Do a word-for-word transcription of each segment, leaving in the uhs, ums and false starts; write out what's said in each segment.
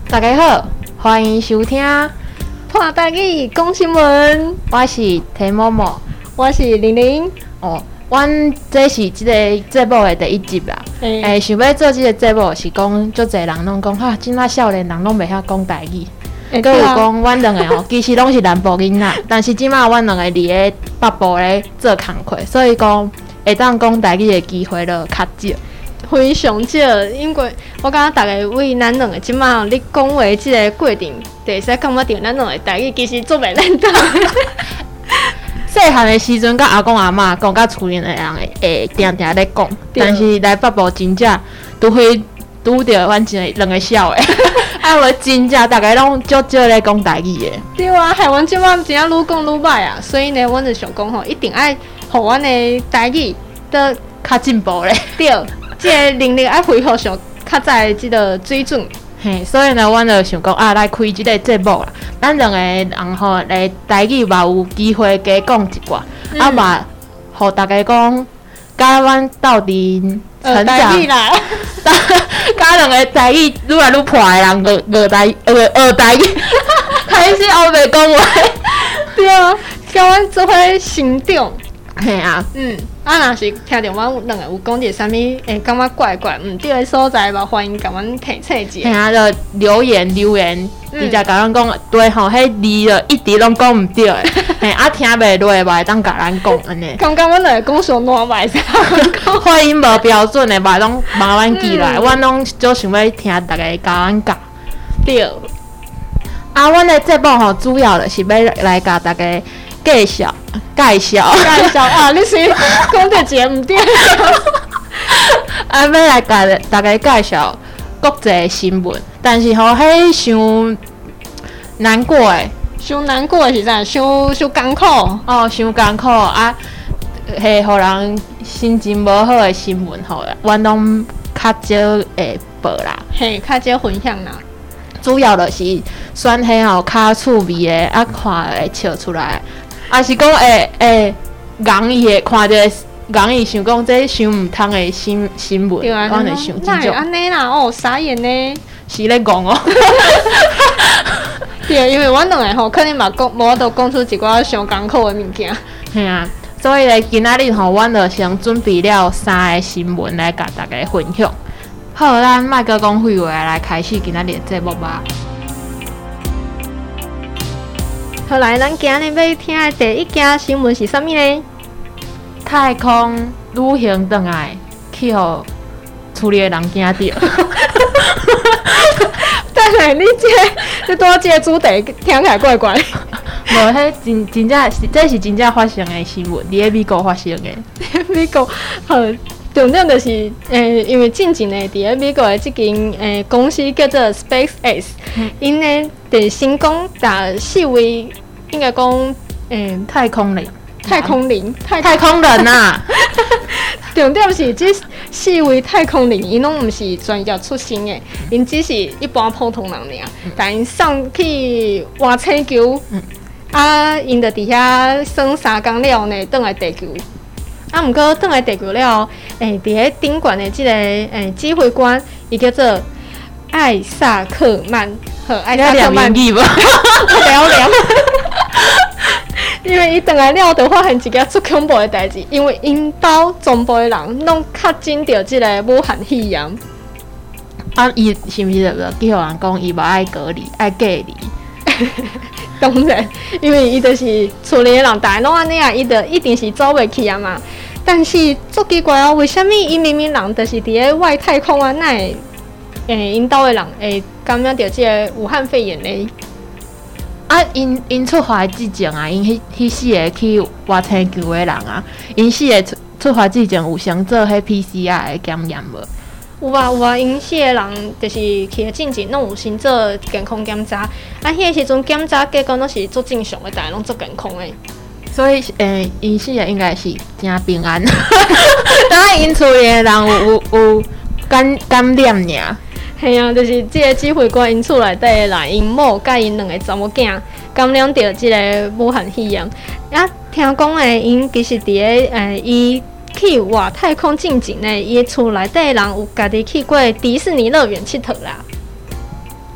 大家好，欢迎收听看台语讲新闻， 我是田某某， 我是玲玲。 哦，阮这是即个节目的第一集啦。诶、欸欸，想要做即个节目是讲，足侪人拢讲哈，即仔少年人拢袂晓讲台语。欸，佮有讲阮两个吼，其实拢是南部囡仔，但是即马阮两个伫咧北部咧做工课，所以讲会当讲台语的机会就较少。 非常少，因为我感觉大家为咱两个即马你讲话即个过程，就会使感觉到咱两个台语其实做袂烂得。 细汉的时阵，甲阿公阿嬷讲，甲厝里的人会会定定咧讲，但是来北部真正拄会拄着阮一个两个小的，啊无真正大家拢足少咧讲台语的。 对啊，害阮即马真正愈讲愈歹啊，所以呢，阮就想讲吼，一定爱互阮的台语都较进步咧。 对。即个能力爱恢复上较早的即个水准， 嘿，所以呢，阮就想讲啊，来开即个节目啦。咱两个人吼来台语嘛有机会加讲一寡，嗯、啊嘛，互大家讲，甲阮斗阵成长，甲两个台语愈来愈破的人，学学台学学台语，开始学袂讲话。 对啊，甲阮做伙成长。 嘿啊， 嗯，啊，若是听到阮两个有讲一啥物，会感觉怪怪，毋对的所在嘛，欢迎甲阮提醒一下。 嘿啊，就留言留言，直接甲咱讲，对吼，迄字就一直拢讲毋对的，嘿，啊听袂落嘛，会当甲咱讲安尼。 刚刚阮两个讲上烂歹势， 发音无标准的嘛，拢麻烦记来，阮拢就想要听大家甲咱教。 对。 啊，阮的节目吼，主要就是要来甲大家。介绍介绍介绍啊！你是讲到节目对？ 啊，要来甲大家介绍国际新闻，但是吼，迄伤难过诶， 伤难过诶是啥？伤伤艰苦哦，伤艰苦啊！迄互人心情无好诶新闻吼，阮拢较少会报啦， 嘿，较少分享啦。 主要就是选迄吼较趣味诶，啊，看会笑出来。啊是讲会会戆伊会看着戆伊想讲这伤毋通的新新闻，我会想真种。 安尼啦，哦，傻眼呢， 是咧讲哦。 对，因为阮两个吼，可能嘛讲，无法度讲出一寡上艰苦的物件。 嘿啊，所以咧，今仔日吼，阮就先准备了三个新闻来甲大家分享。好，咱莫阁讲废话，来开始今仔日的节目吧。 好来，咱今日要听的第一件新闻是啥物呢？ 太空旅行转来，去互厝里的人惊到。 等下，你这这多这个主题听起来怪怪。 无，迄真真正是，这是真正发生的新闻，伫咧美国发生的。 美国，好，重点就是，诶、欸，因为近前呢，伫咧美国的即间诶公司叫做 SpaceX， 因呢伫成功打四位，应该讲诶、欸、 太空人、 太空人、 太太空人啊！ 重点是这四位太空人，因拢毋是专业出身的，因只是一般普通人尔，嗯、但因送去换星球，嗯、啊，因就伫遐耍三工了呢，转来地球。啊，毋过转来地球了后，诶、欸，伫咧顶悬的即、這個诶、欸、指挥官，伊叫做艾萨克曼，和艾萨克曼，聊聊。因为伊转来了，就发现一件足恐怖的代志，因为因兜全部的人拢确诊着即个武汉肺炎。 啊，伊是毋是就叫人讲伊无爱隔离，爱隔离？ 当然，因为伊就是厝里的人，大家拢安尼啊，伊就一定是走袂去啊嘛。但是足奇怪哦，为虾米伊明明人就是伫咧外太空啊，哪会诶因兜的人会感染着即个武汉肺炎呢？ 啊，因因出发之前啊，因迄迄四个去外星球的人啊，因四个出出发之前有先做迄 P C R 的检验无？ 有啊有啊，因四个人就是去的进前拢有先做健康检查，啊，迄个时阵检查结果拢是足正常的，大家拢足健康的。 所以诶，因四个应该是真平安，当然因厝里的人有有有感感染尔。 嘿啊，就是即个指挥官因厝内底的人，因某甲因两个查某囝感染着即个武汉肺炎。啊，听讲诶，因其实伫咧诶，伊去外太空进前呢，伊厝内底的人有家己去过迪士尼乐园佚佗啦。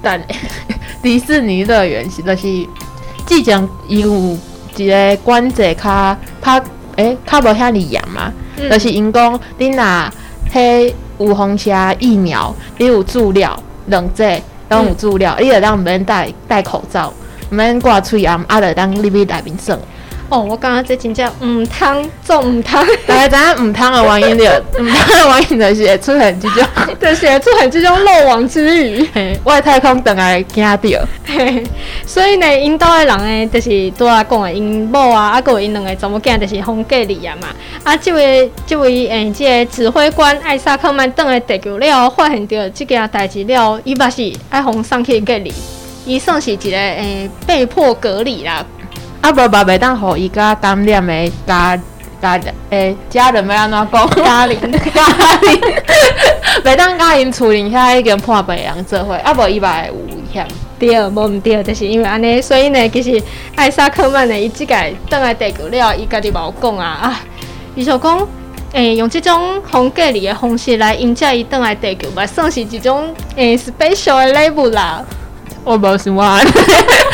等迪士尼乐园是就是之前伊有一个管制较拍诶较无遐尼严嘛，嗯、就是因讲你若迄有放射疫苗，你有注料两剂拢有注料，嗯、你就当毋免戴戴口罩，毋免挂喙暗，啊就当入去内面耍。 哦，我感觉这真正唔通，做唔通。 大家知影唔通的原因就，唔通的原因就是会出现这种， 就是会出现这种漏网之鱼。 嘿，外太空等来惊到。 嘿，所以呢，因兜的人呢，就是拄仔讲的，因某啊，啊，佮因两个查某囝，就是封隔离啊嘛。啊，这位这位诶，这个指挥官艾萨克曼倒来地球了，发现到这件代志了，伊嘛是爱封送去隔离，伊算是一个诶被迫隔离啦。 啊，无嘛袂当互伊甲感染的家家诶家人要安怎讲？ 家庭家庭，袂当甲因厝邻遐已经破病的人做伙，啊无伊嘛会有危险。 对，无毋对，就是因为安尼，所以呢，其实艾萨克曼呢，伊即个倒来地球了，伊家己嘛有讲啊，啊，伊就讲，诶、欸，用即种封隔离的方式来迎接伊倒来地球，嘛算是一种诶、欸、special 的礼物啦。 我无想安尼。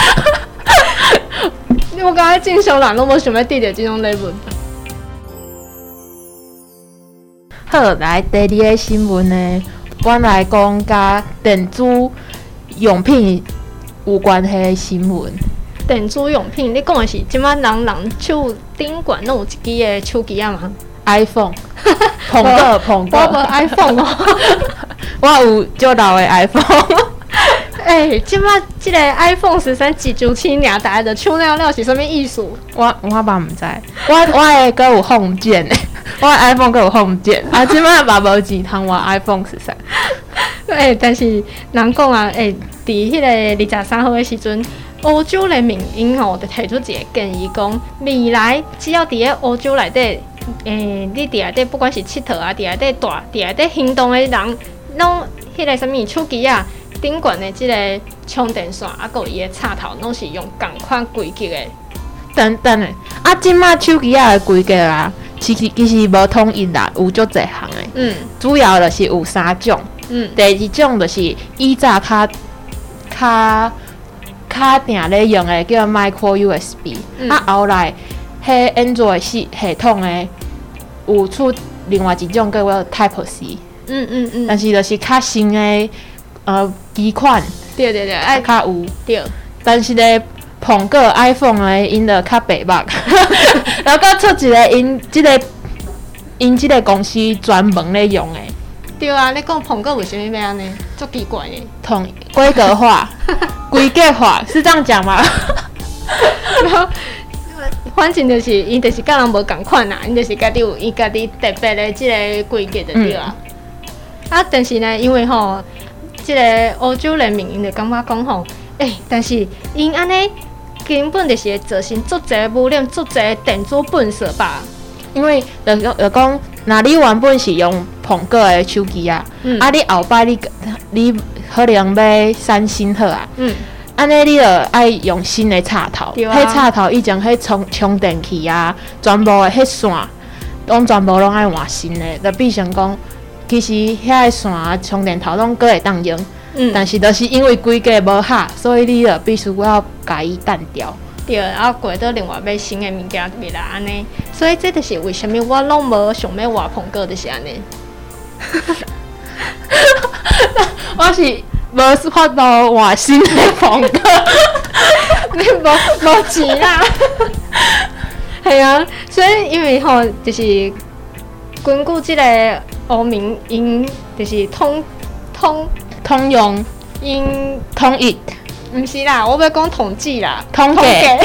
我感觉正常人拢无想要得到这种礼物。 好，来第二个新闻呢，我来讲甲电子用品有关系的新闻。 电子用品，你讲的是即摆人人手顶管拢有一支的手机啊嘛 ？iPhone， 碰过碰过。 我无 iPhone 哦， 我有足老的 iPhone。 哎、欸，即摆即个 iPhone 十三一九七尔，大家的手了了是啥物意思？ 我我嘛毋知，我我的阁有 home 键诶，我的 iPhone 阁有 home 键，啊，即摆嘛无钱通换 iPhone 十三。 哎，但是人讲啊，哎、欸，伫迄个二十三号的时阵，欧洲联盟因吼就提出一个建议，讲未来只要伫个欧洲内底，诶、欸，你伫内底不管是佚佗啊，伫内底住，伫内底行动的人，拢迄个啥物手机啊。顶管的即个充电线，啊，佮伊的插头，拢是用同款规格的。 等等诶，啊，即卖手机仔的规格啊，其实其实无统一啦，有足侪项诶。嗯。主要就是有三种。嗯。第二种就是以早较较较定咧用诶，叫 micro U S B、嗯。啊，后来迄 Android 系系统诶，有出另外一种叫做 Type C。嗯嗯嗯。但是就是较新诶。呃，几款对对对， 爱较有对， 但是咧，苹果 iPhone 咧，因就较白目，然后佮出一个因即、這个因即个公司专门咧用诶。 对啊，你讲苹果为什么要安尼？足奇怪诶。 统规格化、规格化是这样讲吗？ 然后，反正就是因就是甲人无共款啦，因就是家己有伊家己特别的即个规格就对啊。嗯、啊，但是呢，因为吼。即个欧洲联盟因就感觉讲吼，诶、欸，但是因安尼根本就是会造成足侪污染、足侪电子垃圾吧。 因为就就讲，若你原本是用苹果的手机啊，嗯、啊你后摆你你可能买三星好啊，嗯，安尼你就爱用新的插头，迄、啊、插头以前迄充充电器啊，全部的迄线，拢全部拢爱换新的，就变成讲。其实遐个线啊、充电头拢阁会当用，嗯、但是就是因为规格无合，所以你就必须要甲伊干掉。 对，然后过倒另外买新的物件未来安尼，所以这就是为什么我拢无想要换苹果就是安尼。 我是无法度换新的苹果， 你无无钱啦。系啊，所以因为吼，就是根据即个。欧盟因就是通通通用因统一， 毋是啦，我要讲统计啦， 统计，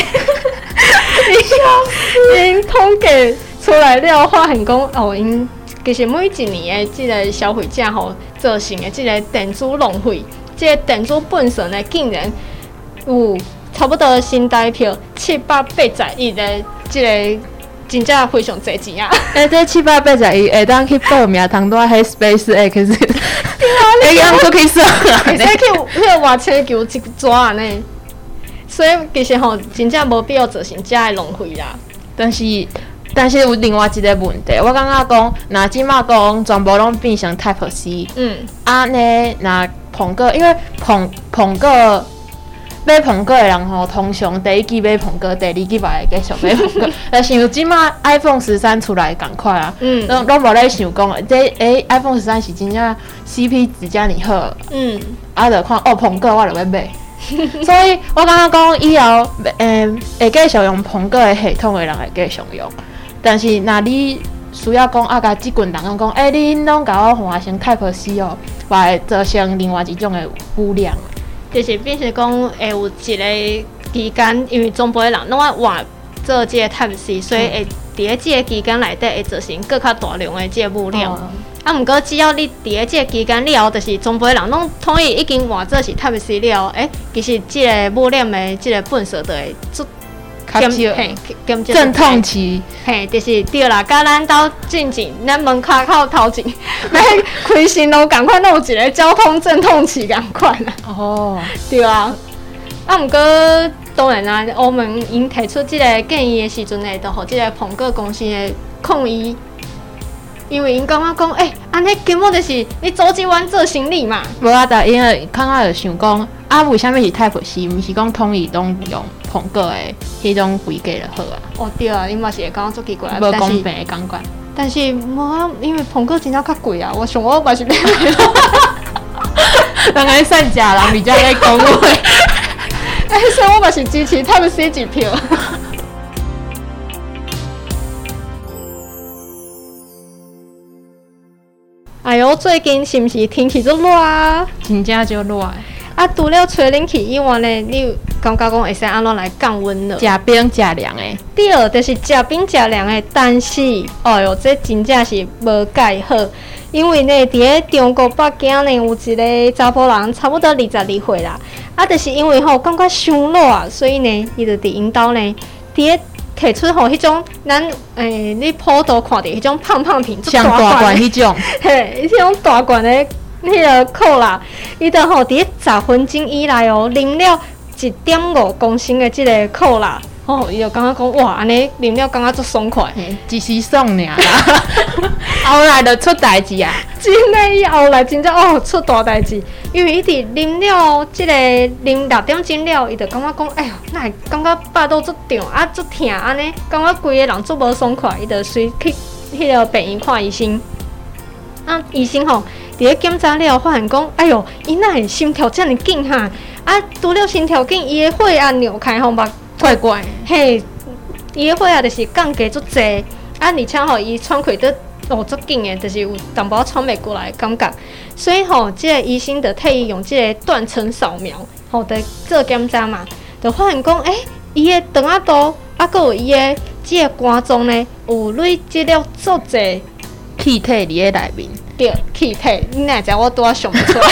因统计出来了，发现讲哦，因其实每一年的即个消费者吼造成的即个电子浪费，即个电子本身呢，竟然有差不多新台币七百八十亿的即个。真正非常侪钱啊！ 诶、欸，这七百八十亿会当去报名，通多迄 Space X， 对啊，你样都可以算啊！ 会使去迄个外星球一抓安尼，所以其实吼，真正无必要造成遮的浪费啦。 但是，但是有另外一个问题，我感觉讲，若即马讲全部拢变成 Type C， 嗯，啊呢，若捧粿，因为捧捧粿。买捧粿的人吼，通常第一季买捧粿，第二季嘛会继续买捧粿。但是有即马 iPhone 十三出来赶快啊，嗯，拢拢无咧想讲，这诶、欸、iPhone 十三是真正 C P 值遮尔好，嗯，啊就看哦捧粿我就要买，所以我感觉讲以后诶、欸、会继续用捧粿的系统的人会继续用，但是若你需要讲啊，甲即群人讲讲，诶、欸、你拢甲我换成 Type C 哦，话会造成另外一种的污染。 就是变成讲，会有一个期间，因为中部的人拢爱换做这个 Type C， 所以会伫咧这个期间内底会造成更较大量的这个污染。哦、啊，毋过只要你伫咧这个期间了后，就是中部的人拢统一已经换做是 Type C 了后，诶、欸，其实这个污染的这个粪扫就会足减嘿减阵痛期， 嘿，就是对啦。甲咱兜进前，咱门口口头前，要开新路，赶快弄一个交通阵痛期，赶快啦。哦，对啊。啊，毋过当然啦，欧盟因提出这个建议的时阵呢，就互这个捧粿公司的抗议。因为因感觉讲，诶、欸，安尼根本就是你组织阮做生意嘛。 无啊，但因为看我就想讲，啊，为虾米是 Type C， 毋是讲统一拢用捧粿的迄种规格就好啊？ 哦对啊，你嘛是会感觉足奇怪， 无公平的感觉。 但是无，因为捧粿真正较贵啊，我想我嘛是买。 人家善假人比较爱讲话， 哎，所以我嘛是支持 Type C 一票。哎呦，最近是毋是天气足热啊？ 真正就热。 啊，除了吹冷气以外呢，你有感觉讲会使安怎来降温呢？ 食冰食凉的。 对，就是食冰食凉的，但是，哎呦，这真正是无介好，因为呢，伫咧中国北京呢，有一个查甫人，差不多二十二岁啦，啊，就是因为吼感觉伤热，所以呢，伊就伫因兜呢，伫咧。摕出吼迄种咱诶，你普度看到迄种胖胖瓶， 像大罐迄种， 嘿，迄种大罐的迄个可啦，伊就吼伫十分钟以内哦，啉了一点五公升的即个可啦，哦，伊就感觉讲哇，安尼啉了感觉足爽快， 一时爽尔啦，后来就出代志啊！ 真诶，伊后来真正哦出大代志，因为伊伫啉了即个啉六点钟了，伊就感觉讲，哎哟，哪会感觉腹肚足胀啊，足疼安尼，感觉规个人足无爽快，伊就随去迄个病院看医生。啊，医生吼，伫咧检查了，发现讲，哎哟，伊哪会心跳遮尔紧哈？啊，除了心跳紧，伊的血压扭开吼，目怪怪， 嘿，伊的血压就是降低足济，啊，而且吼，伊喘气得。哦，足紧诶，就是有淡薄喘袂过来的感觉，所以吼，即、這個医生就替伊用即个断层扫描，吼，就做检查嘛，就发现讲，诶、欸，伊诶肠仔肚，啊，佮有伊诶即个肝脏呢，有累积了足侪气体伫咧内面。 对，气体，你哪知我拄仔想不出来？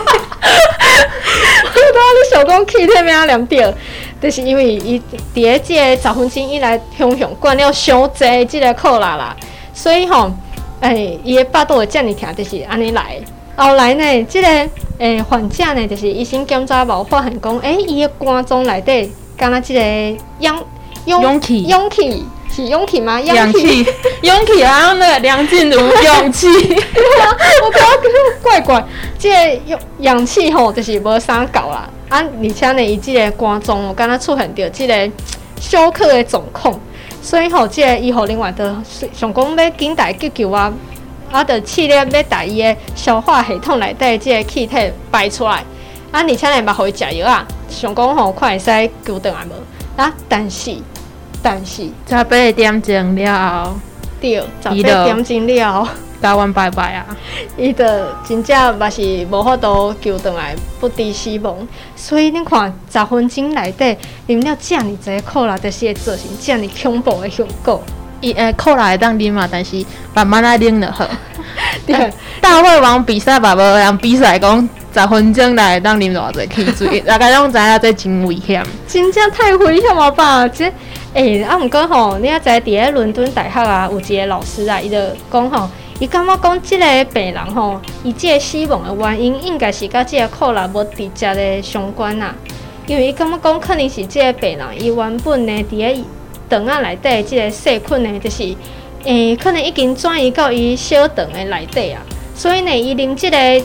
我拄仔咧想讲气体要安念着，就是因为伊伫咧即个十分钟以内，向向灌了伤侪即个可啦啦，所以吼。诶，伊、欸、的腹肚会遮尔疼，就是安尼来的。后来呢，即、這個诶、欸、患者呢，就是医生检查无发现讲，诶、欸，伊的肝脏内底敢若即个氧氧气， 氧气是氧气吗？ 氧气，氧气好像那个梁静茹氧气。 我感觉怪怪，即、這個氧气吼，就是无啥够啦。啊，而且呢，伊即个肝脏哦，敢若出现着即个休克的状况。所以吼，即个医护人员就想讲要紧带急救啊，啊，就试咧要带伊的消化系统内底即个气体排出来，啊，而且呢，嘛互伊食药啊，想讲吼，看会使救倒来无？啊，但是，但是， 十八点钟了后， 对，十八点钟了后， 甲阮拜拜啊！ 伊就真正嘛是无法度救倒来，不治死亡。所以恁看，十分钟内底啉了遮尔济可乐，就是会造成遮尔恐怖的效果。 伊诶可乐会当啉啊，但是慢慢来啉就好。 对， 大胃王比赛嘛，无人比赛讲十分钟内会当啉偌济汽水，大家拢知影这真危险。 真正太危险了吧？这诶、欸，啊，毋过吼，你啊知伫咧伦敦大学啊，有一个老师啊，伊就讲吼。伊感觉讲，即个病人吼，伊即个死亡的原因应该是甲即个可乐无直接的相关啦。因为伊感觉讲，可能是即个病人伊原本呢伫咧肠仔内底即个细菌呢，就是诶、欸，可能已经转移到伊小肠的内底啊。所以呢，伊啉即、這個即、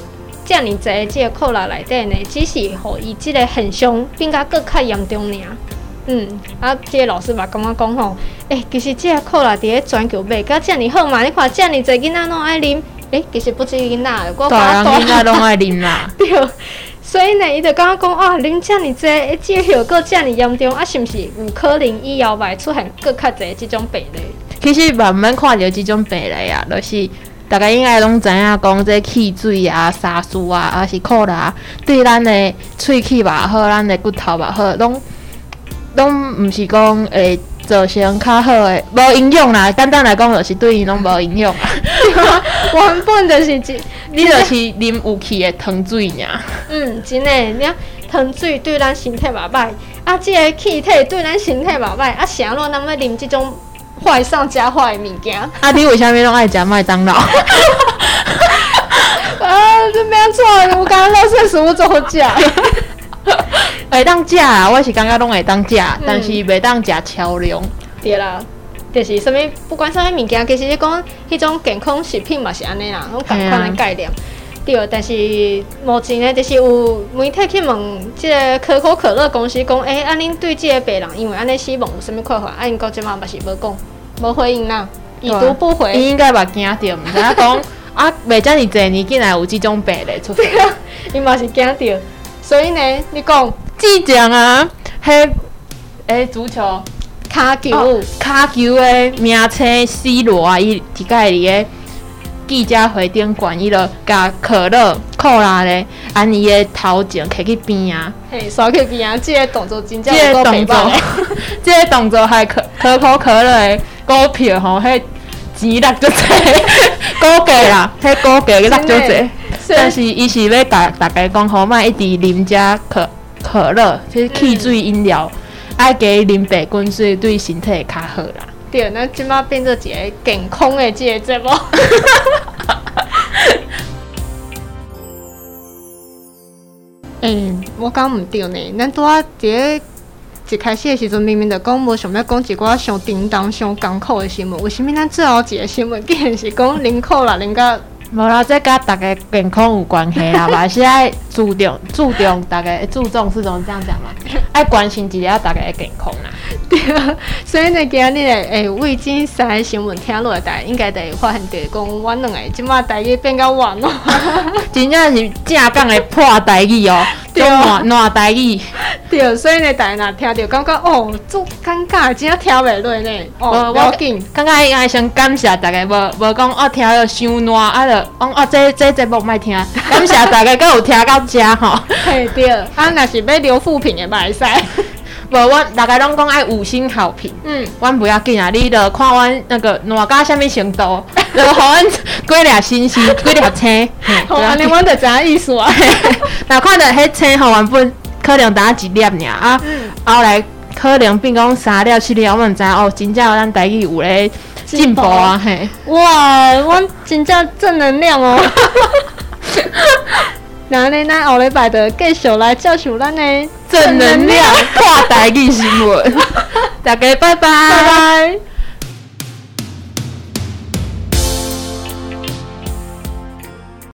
遮尔济即个扣拉内底呢，只是互伊即个现象变甲更较严重尔。嗯，啊，即个老师嘛感觉讲吼，诶、欸，其实即个扣拉伫咧全球卖甲遮尔好嘛，你看遮尔济囡仔拢爱啉，诶、欸，其实不止囡仔，我大人囡仔拢爱啉啦。 对，所以呢，伊就感觉讲啊，啉遮尔济，即个效果遮尔严重，啊，是毋是有可能以后会出现更较济即种病例？ 其实嘛，毋免看到即种病例啊，就是大家应该拢知影讲，这气水啊、沙士啊，还是扣拉，对咱的喙齿也好，咱的骨头也好，拢。拢毋是讲会造成较好诶，无营养啦。简单来讲，就是对伊拢无营养啦。 原本就是一， 你就是啉有气诶糖水尔。 嗯，真诶，你糖水对咱身体嘛歹，啊，即个气体对咱身体嘛歹，啊，啥咯，咱要啉即种坏上加坏诶物件。 啊，你为虾米拢爱食麦当劳？啊， 这没错，我刚刚垃圾食物做好食。 会当食啊，我是感觉拢会当食，嗯、但是袂当食超量。 对啦，就是啥物，不管啥物物件，其实你讲迄种健康食品嘛是安尼啦，拢同款的概念。啊、对，但是目前呢，就是有媒体去问即个可口可乐公司讲，诶、欸，啊，恁对即个病人因为安尼死亡有啥物看法？啊，因到即马嘛是无讲，无回应啦，已读不回。 伊应该嘛惊着，毋知影讲啊，袂遮尔济年，竟然有即种病例出现。 对啊，伊嘛是惊着，所以呢，你讲。 智障啊，迄诶足球骹球、 哦、骹球诶名称 C 罗啊，伊一摆伫个记者会顶管，伊就甲可乐、扣拉咧，按伊诶头前摕去边啊， 嘿，刷去边啊，即、这个动作真正有够动作，即个动作还可可口可乐诶股票吼，迄钱落足济，股价啦，迄股价落足济，但是伊是要甲大家讲，好莫一直啉遮可。可乐就是汽水饮料，爱加啉白滚水，对身体会较好啦。 对，咱即马变做一个健康的即个节目。诶，我讲毋对呢，咱拄仔伫个一开始的时阵，明明就讲无想要讲一寡上叮当、上艰苦的新闻，为什么咱最后一个新闻竟然是讲啉可乐啉到？ 无啦，这甲大家健康有关系啦，嘛是爱注重注重大家注重是种这样讲嘛，爱关心一下大家的健康啦。 对啊，所以呢，今日诶，诶，为今三个新闻听落来，大家应该会发现到，讲阮两个即马台语变到完咯， 真正是正港的破台语哦，种烂烂台语。 对，所以呢，大家若听到感觉哦，足尴尬，真正听袂落呢。哦，不要紧， 感觉应该先感谢大家，无无讲哦听到伤烂，啊就讲哦这这节目莫听，感谢大家，佮有听到遮吼。 嘿对，啊若是要留负评的嘛会使。 无，阮大家拢讲爱五星好评，嗯，阮不要紧啊，你著看阮那个烂到啥物程度，就互阮几粒星星，几粒星。 好，安尼阮著知影意思啊。 若看到迄星吼，原本可能打一粒尔啊，嗯、后来可能变讲三粒、七粒，我们知哦，真正咱台语有咧进步啊，嘿。 哇，阮真正正能量哦。然后呢，咱后礼拜就继续来教授咱的正能量破台语新闻。大家拜拜。 拜拜。